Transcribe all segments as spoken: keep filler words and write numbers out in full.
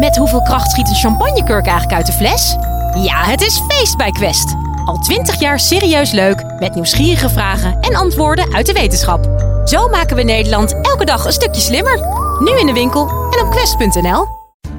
Met hoeveel kracht schiet een champagnekurk eigenlijk uit de fles? Ja, het is feest bij Quest. Al twintig jaar serieus leuk, met nieuwsgierige vragen en antwoorden uit de wetenschap. Zo maken we Nederland elke dag een stukje slimmer. Nu in de winkel en op quest punt n l.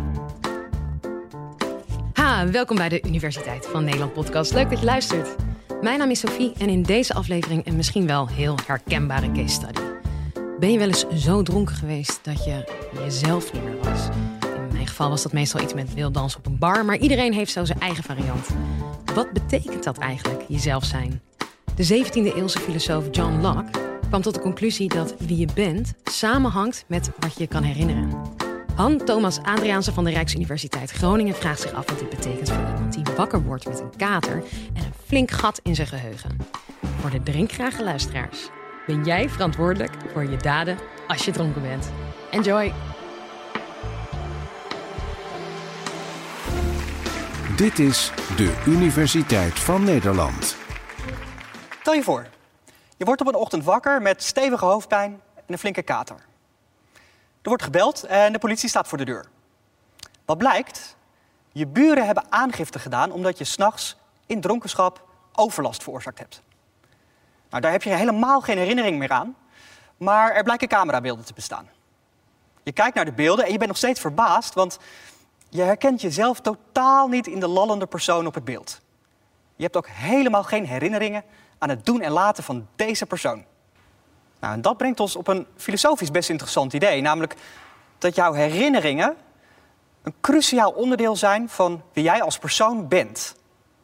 Ha, welkom bij de Universiteit van Nederland podcast. Leuk dat je luistert. Mijn naam is Sophie en in deze aflevering een misschien wel heel herkenbare case study. Ben je wel eens zo dronken geweest dat je jezelf niet meer was? In mijn geval was dat meestal iets met wild dansen op een bar, maar iedereen heeft zo zijn eigen variant. Wat betekent dat eigenlijk, jezelf zijn? De zeventiende eeuwse filosoof John Locke kwam tot de conclusie dat wie je bent samenhangt met wat je je kan herinneren. Han Thomas Adriaanse van de Rijksuniversiteit Groningen vraagt zich af wat dit betekent voor iemand die wakker wordt met een kater en een flink gat in zijn geheugen. Voor de drinkgrage luisteraars, ben jij verantwoordelijk voor je daden als je dronken bent. Enjoy! Dit is de Universiteit van Nederland. Stel je voor, je wordt op een ochtend wakker met stevige hoofdpijn en een flinke kater. Er wordt gebeld en de politie staat voor de deur. Wat blijkt? Je buren hebben aangifte gedaan omdat je 's nachts in dronkenschap overlast veroorzaakt hebt. Nou, daar heb je helemaal geen herinnering meer aan, maar er blijken camerabeelden te bestaan. Je kijkt naar de beelden en je bent nog steeds verbaasd, want je herkent jezelf totaal niet in de lallende persoon op het beeld. Je hebt ook helemaal geen herinneringen aan het doen en laten van deze persoon. Nou, en dat brengt ons op een filosofisch best interessant idee, namelijk dat jouw herinneringen een cruciaal onderdeel zijn van wie jij als persoon bent.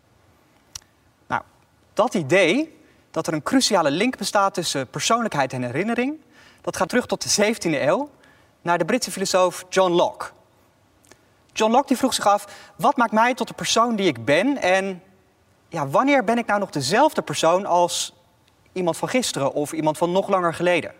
Nou, dat idee, dat er een cruciale link bestaat tussen persoonlijkheid en herinnering, dat gaat terug tot de zeventiende eeuw, naar de Britse filosoof John Locke. John Locke die vroeg zich af, wat maakt mij tot de persoon die ik ben en ja, wanneer ben ik nou nog dezelfde persoon als iemand van gisteren of iemand van nog langer geleden?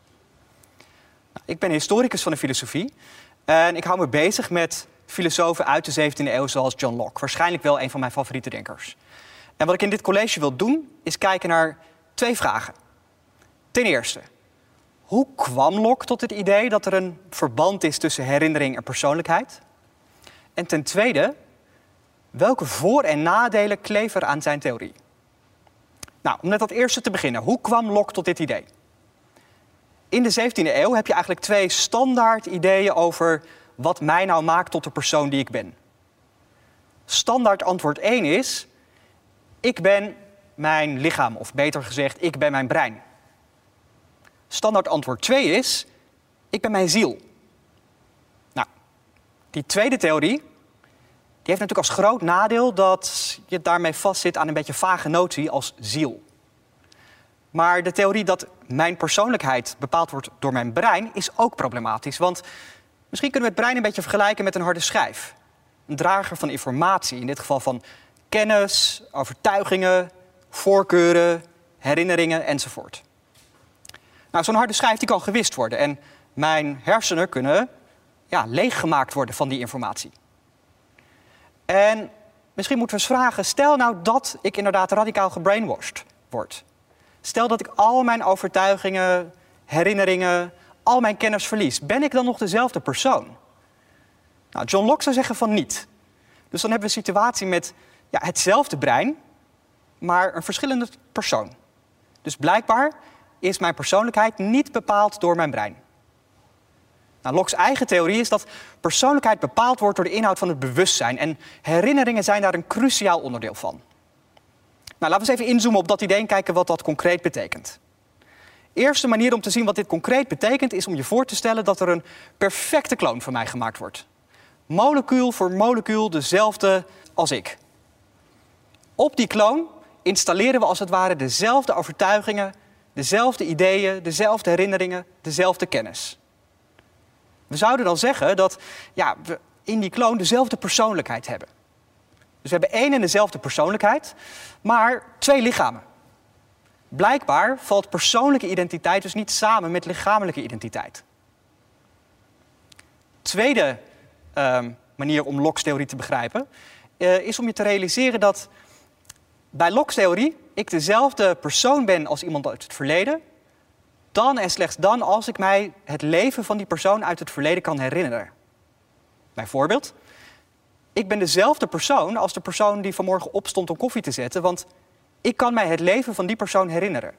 Nou, ik ben historicus van de filosofie en ik hou me bezig met filosofen uit de zeventiende eeuw zoals John Locke. Waarschijnlijk wel een van mijn favoriete denkers. En wat ik in dit college wil doen, is kijken naar twee vragen. Ten eerste, hoe kwam Locke tot het idee dat er een verband is tussen herinnering en persoonlijkheid? En ten tweede, welke voor- en nadelen kleven er aan zijn theorie? Nou, om met dat eerste te beginnen. Hoe kwam Locke tot dit idee? In de zeventiende eeuw heb je eigenlijk twee standaard ideeën over wat mij nou maakt tot de persoon die ik ben. Standaard antwoord één is, ik ben mijn lichaam, of beter gezegd, ik ben mijn brein. Standaard antwoord twee is, ik ben mijn ziel. Nou, die tweede theorie, die heeft natuurlijk als groot nadeel dat je daarmee vastzit aan een beetje vage notie als ziel. Maar de theorie dat mijn persoonlijkheid bepaald wordt door mijn brein is ook problematisch. Want misschien kunnen we het brein een beetje vergelijken met een harde schijf. Een drager van informatie, in dit geval van kennis, overtuigingen, voorkeuren, herinneringen enzovoort. Nou, zo'n harde schijf die kan gewist worden en mijn hersenen kunnen ja, leeggemaakt worden van die informatie. En misschien moeten we eens vragen, stel nou dat ik inderdaad radicaal gebrainwashed word. Stel dat ik al mijn overtuigingen, herinneringen, al mijn kennis verlies. Ben ik dan nog dezelfde persoon? Nou, John Locke zou zeggen van niet. Dus dan hebben we een situatie met ja, hetzelfde brein, maar een verschillende persoon. Dus blijkbaar is mijn persoonlijkheid niet bepaald door mijn brein. Nou, Locke's eigen theorie is dat persoonlijkheid bepaald wordt door de inhoud van het bewustzijn. En herinneringen zijn daar een cruciaal onderdeel van. Nou, laten we eens even inzoomen op dat idee en kijken wat dat concreet betekent. Eerste manier om te zien wat dit concreet betekent is om je voor te stellen dat er een perfecte kloon van mij gemaakt wordt. Molecuul voor molecuul dezelfde als ik. Op die kloon installeren we als het ware dezelfde overtuigingen, dezelfde ideeën, dezelfde herinneringen, dezelfde kennis. We zouden dan zeggen dat ja, we in die kloon dezelfde persoonlijkheid hebben. Dus we hebben één en dezelfde persoonlijkheid, maar twee lichamen. Blijkbaar valt persoonlijke identiteit dus niet samen met lichamelijke identiteit. Tweede uh, manier om Locke's theorie te begrijpen uh, is om je te realiseren dat bij Locke's theorie ik dezelfde persoon ben als iemand uit het verleden, dan en slechts dan als ik mij het leven van die persoon uit het verleden kan herinneren. Bijvoorbeeld, ik ben dezelfde persoon als de persoon die vanmorgen opstond om koffie te zetten, want ik kan mij het leven van die persoon herinneren.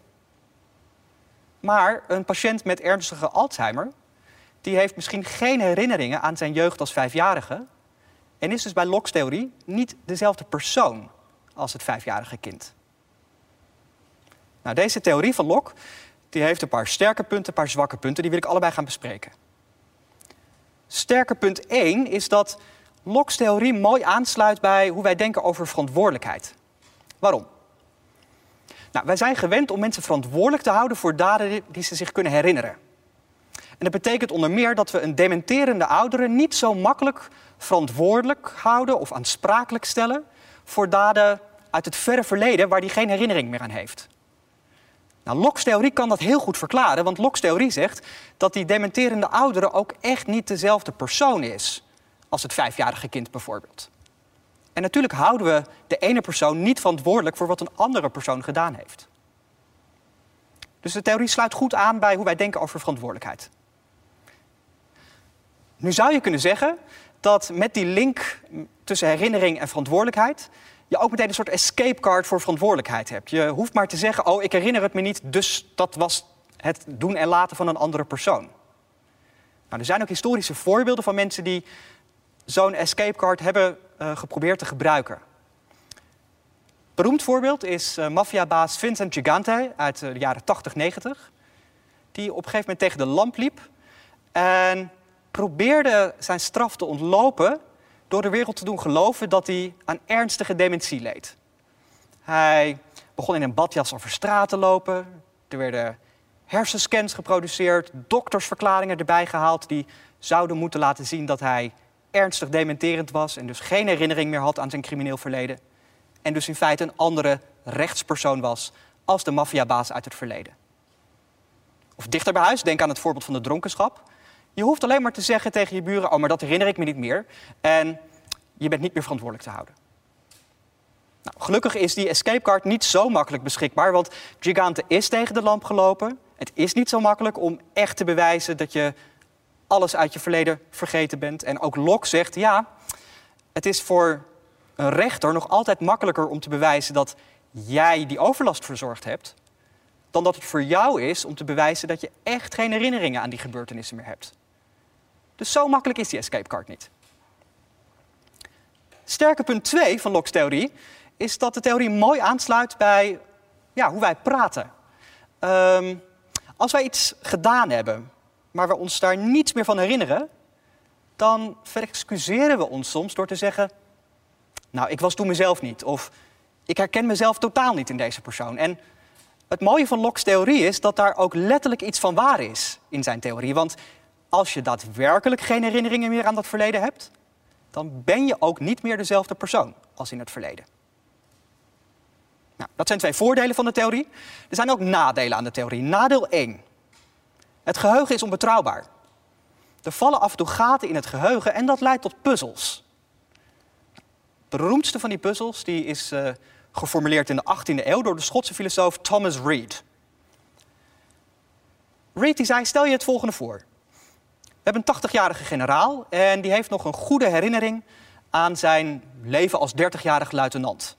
Maar een patiënt met ernstige Alzheimer, die heeft misschien geen herinneringen aan zijn jeugd als vijfjarige en is dus bij Locke's theorie niet dezelfde persoon als het vijfjarige kind. Nou, deze theorie van Locke die heeft een paar sterke punten, een paar zwakke punten. Die wil ik allebei gaan bespreken. Sterke punt één is dat Locke's theorie mooi aansluit bij hoe wij denken over verantwoordelijkheid. Waarom? Nou, wij zijn gewend om mensen verantwoordelijk te houden voor daden die ze zich kunnen herinneren. En dat betekent onder meer dat we een dementerende oudere niet zo makkelijk verantwoordelijk houden of aansprakelijk stellen voor daden uit het verre verleden waar hij geen herinnering meer aan heeft. Nou, Locke's theorie kan dat heel goed verklaren, want Locke's theorie zegt dat die dementerende oudere ook echt niet dezelfde persoon is als het vijfjarige kind bijvoorbeeld. En natuurlijk houden we de ene persoon niet verantwoordelijk voor wat een andere persoon gedaan heeft. Dus de theorie sluit goed aan bij hoe wij denken over verantwoordelijkheid. Nu zou je kunnen zeggen dat met die link tussen herinnering en verantwoordelijkheid je ook meteen een soort escape card voor verantwoordelijkheid hebt. Je hoeft maar te zeggen, oh, ik herinner het me niet, dus dat was het doen en laten van een andere persoon. Nou, er zijn ook historische voorbeelden van mensen die zo'n escape card hebben uh, geprobeerd te gebruiken. Beroemd voorbeeld is uh, maffiabaas Vincent Gigante uit uh, de jaren tachtig, negentig. Die op een gegeven moment tegen de lamp liep en probeerde zijn straf te ontlopen door de wereld te doen geloven dat hij aan ernstige dementie leed. Hij begon in een badjas over straat te lopen. Er werden hersenscans geproduceerd, doktersverklaringen erbij gehaald die zouden moeten laten zien dat hij ernstig dementerend was en dus geen herinnering meer had aan zijn crimineel verleden. En dus in feite een andere rechtspersoon was als de maffiabaas uit het verleden. Of dichter bij huis, denk aan het voorbeeld van de dronkenschap. Je hoeft alleen maar te zeggen tegen je buren, oh, maar dat herinner ik me niet meer. En je bent niet meer verantwoordelijk te houden. Nou, gelukkig is die escape card niet zo makkelijk beschikbaar, want Gigante is tegen de lamp gelopen. Het is niet zo makkelijk om echt te bewijzen dat je alles uit je verleden vergeten bent. En ook Locke zegt, ja, het is voor een rechter nog altijd makkelijker om te bewijzen dat jij die overlast verzorgd hebt, dan dat het voor jou is om te bewijzen dat je echt geen herinneringen aan die gebeurtenissen meer hebt. Dus zo makkelijk is die escape card niet. Sterke punt twee van Locke's theorie is dat de theorie mooi aansluit bij ja, hoe wij praten. Um, als wij iets gedaan hebben, maar we ons daar niets meer van herinneren, dan verexcuseren we ons soms door te zeggen, nou, ik was toen mezelf niet. Of ik herken mezelf totaal niet in deze persoon. En het mooie van Locke's theorie is dat daar ook letterlijk iets van waar is in zijn theorie. Want als je daadwerkelijk geen herinneringen meer aan dat verleden hebt, dan ben je ook niet meer dezelfde persoon als in het verleden. Nou, dat zijn twee voordelen van de theorie. Er zijn ook nadelen aan de theorie. Nadeel één. Het geheugen is onbetrouwbaar. Er vallen af en toe gaten in het geheugen en dat leidt tot puzzels. De beroemdste van die puzzels die is uh, geformuleerd in de achttiende eeuw door de Schotse filosoof Thomas Reid. Reid die zei, stel je het volgende voor. We hebben een tachtigjarige generaal en die heeft nog een goede herinnering aan zijn leven als dertigjarige luitenant.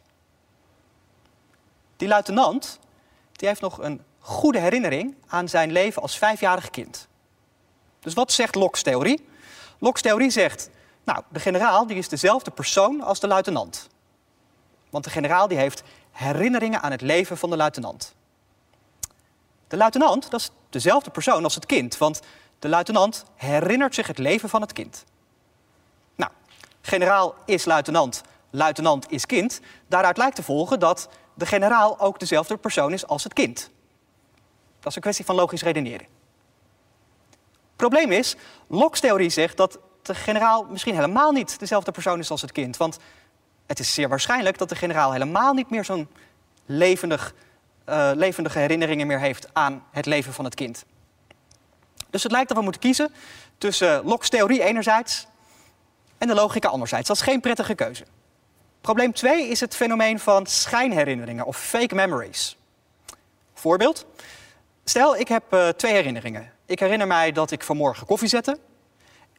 Die luitenant die heeft nog een goede herinnering aan zijn leven als vijfjarig kind. Dus wat zegt Locke's theorie? Locke's theorie zegt, nou, de generaal die is dezelfde persoon als de luitenant. Want de generaal die heeft herinneringen aan het leven van de luitenant. De luitenant, dat is dezelfde persoon als het kind, want de luitenant herinnert zich het leven van het kind. Nou, generaal is luitenant, luitenant is kind. Daaruit lijkt te volgen dat de generaal ook dezelfde persoon is als het kind. Dat is een kwestie van logisch redeneren. Het probleem is, Locke's theorie zegt dat de generaal misschien helemaal niet dezelfde persoon is als het kind. Want het is zeer waarschijnlijk dat de generaal helemaal niet meer zo'n levendig, uh, levendige herinneringen meer heeft aan het leven van het kind. Dus het lijkt dat we moeten kiezen tussen Locke's theorie enerzijds en de logica anderzijds. Dat is geen prettige keuze. Probleem twee is het fenomeen van schijnherinneringen of fake memories. Voorbeeld. Stel, ik heb uh, twee herinneringen. Ik herinner mij dat ik vanmorgen koffie zette.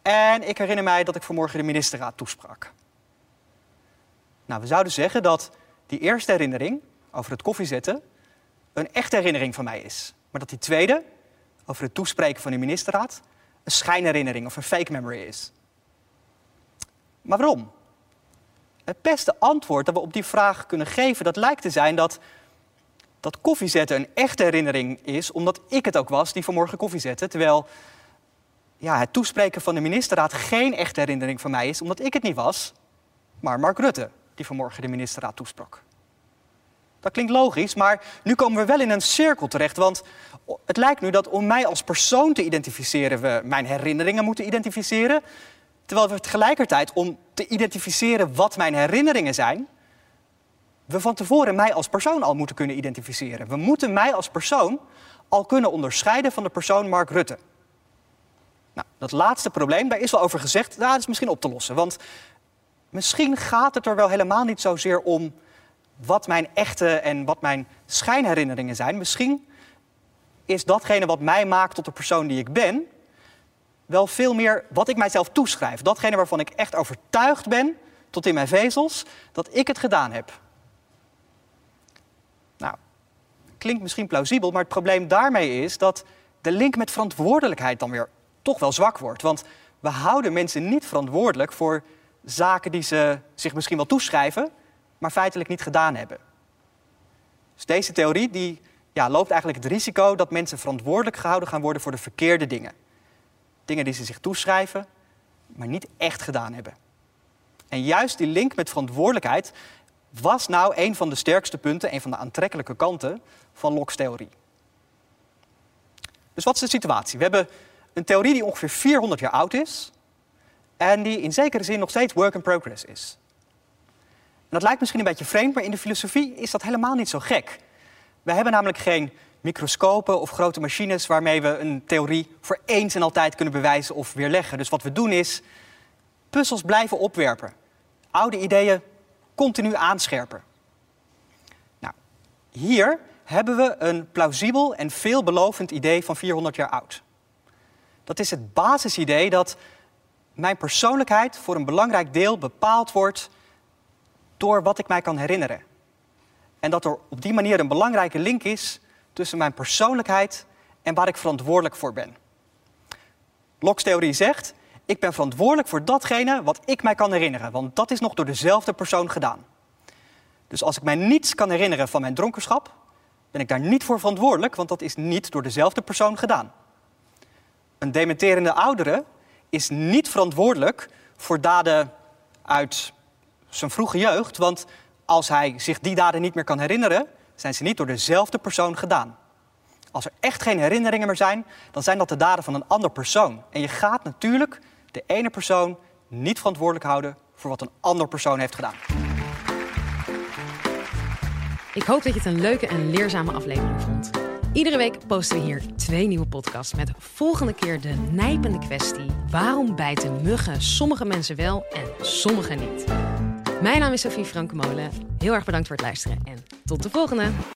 En ik herinner mij dat ik vanmorgen de ministerraad toesprak. Nou, we zouden zeggen dat die eerste herinnering over het koffiezetten een echte herinnering van mij is. Maar dat die tweede, over het toespreken van de ministerraad, een schijnherinnering of een fake memory is. Maar waarom? Het beste antwoord dat we op die vraag kunnen geven, dat lijkt te zijn dat, dat koffiezetten een echte herinnering is, omdat ik het ook was die vanmorgen koffie zette, terwijl ja, het toespreken van de ministerraad geen echte herinnering van mij is, omdat ik het niet was, maar Mark Rutte die vanmorgen de ministerraad toesprak. Dat klinkt logisch, maar nu komen we wel in een cirkel terecht, want het lijkt nu dat om mij als persoon te identificeren we mijn herinneringen moeten identificeren, terwijl we tegelijkertijd om te identificeren wat mijn herinneringen zijn, we van tevoren mij als persoon al moeten kunnen identificeren. We moeten mij als persoon al kunnen onderscheiden van de persoon Mark Rutte. Nou, dat laatste probleem, daar is wel over gezegd, nou, dat is misschien op te lossen. Want misschien gaat het er wel helemaal niet zozeer om wat mijn echte en wat mijn schijnherinneringen zijn. Misschien is datgene wat mij maakt tot de persoon die ik ben wel veel meer wat ik mijzelf toeschrijf. Datgene waarvan ik echt overtuigd ben, tot in mijn vezels, dat ik het gedaan heb. Nou, klinkt misschien plausibel, maar het probleem daarmee is dat de link met verantwoordelijkheid dan weer toch wel zwak wordt. Want we houden mensen niet verantwoordelijk voor zaken die ze zich misschien wel toeschrijven, maar feitelijk niet gedaan hebben. Dus deze theorie die, ja, loopt eigenlijk het risico dat mensen verantwoordelijk gehouden gaan worden voor de verkeerde dingen. Dingen die ze zich toeschrijven, maar niet echt gedaan hebben. En juist die link met verantwoordelijkheid was nou een van de sterkste punten, een van de aantrekkelijke kanten van Locke's theorie. Dus wat is de situatie? We hebben een theorie die ongeveer vierhonderd jaar oud is en die in zekere zin nog steeds work in progress is. En dat lijkt misschien een beetje vreemd, maar in de filosofie is dat helemaal niet zo gek. We hebben namelijk geen microscopen of grote machines waarmee we een theorie voor eens en altijd kunnen bewijzen of weerleggen. Dus wat we doen is puzzels blijven opwerpen. Oude ideeën continu aanscherpen. Nou, hier hebben we een plausibel en veelbelovend idee van vierhonderd jaar oud. Dat is het basisidee dat mijn persoonlijkheid voor een belangrijk deel bepaald wordt door wat ik mij kan herinneren. En dat er op die manier een belangrijke link is tussen mijn persoonlijkheid en waar ik verantwoordelijk voor ben. Locke's theorie zegt, ik ben verantwoordelijk voor datgene wat ik mij kan herinneren, want dat is nog door dezelfde persoon gedaan. Dus als ik mij niets kan herinneren van mijn dronkenschap, ben ik daar niet voor verantwoordelijk, want dat is niet door dezelfde persoon gedaan. Een dementerende oudere is niet verantwoordelijk voor daden uit zijn vroege jeugd, want als hij zich die daden niet meer kan herinneren, zijn ze niet door dezelfde persoon gedaan. Als er echt geen herinneringen meer zijn, dan zijn dat de daden van een ander persoon. En je gaat natuurlijk de ene persoon niet verantwoordelijk houden voor wat een ander persoon heeft gedaan. Ik hoop dat je het een leuke en leerzame aflevering vond. Iedere week posten we hier twee nieuwe podcasts met volgende keer de nijpende kwestie: waarom bijten muggen sommige mensen wel en sommige niet? Mijn naam is Sophie Franke-Molen. Heel erg bedankt voor het luisteren en tot de volgende!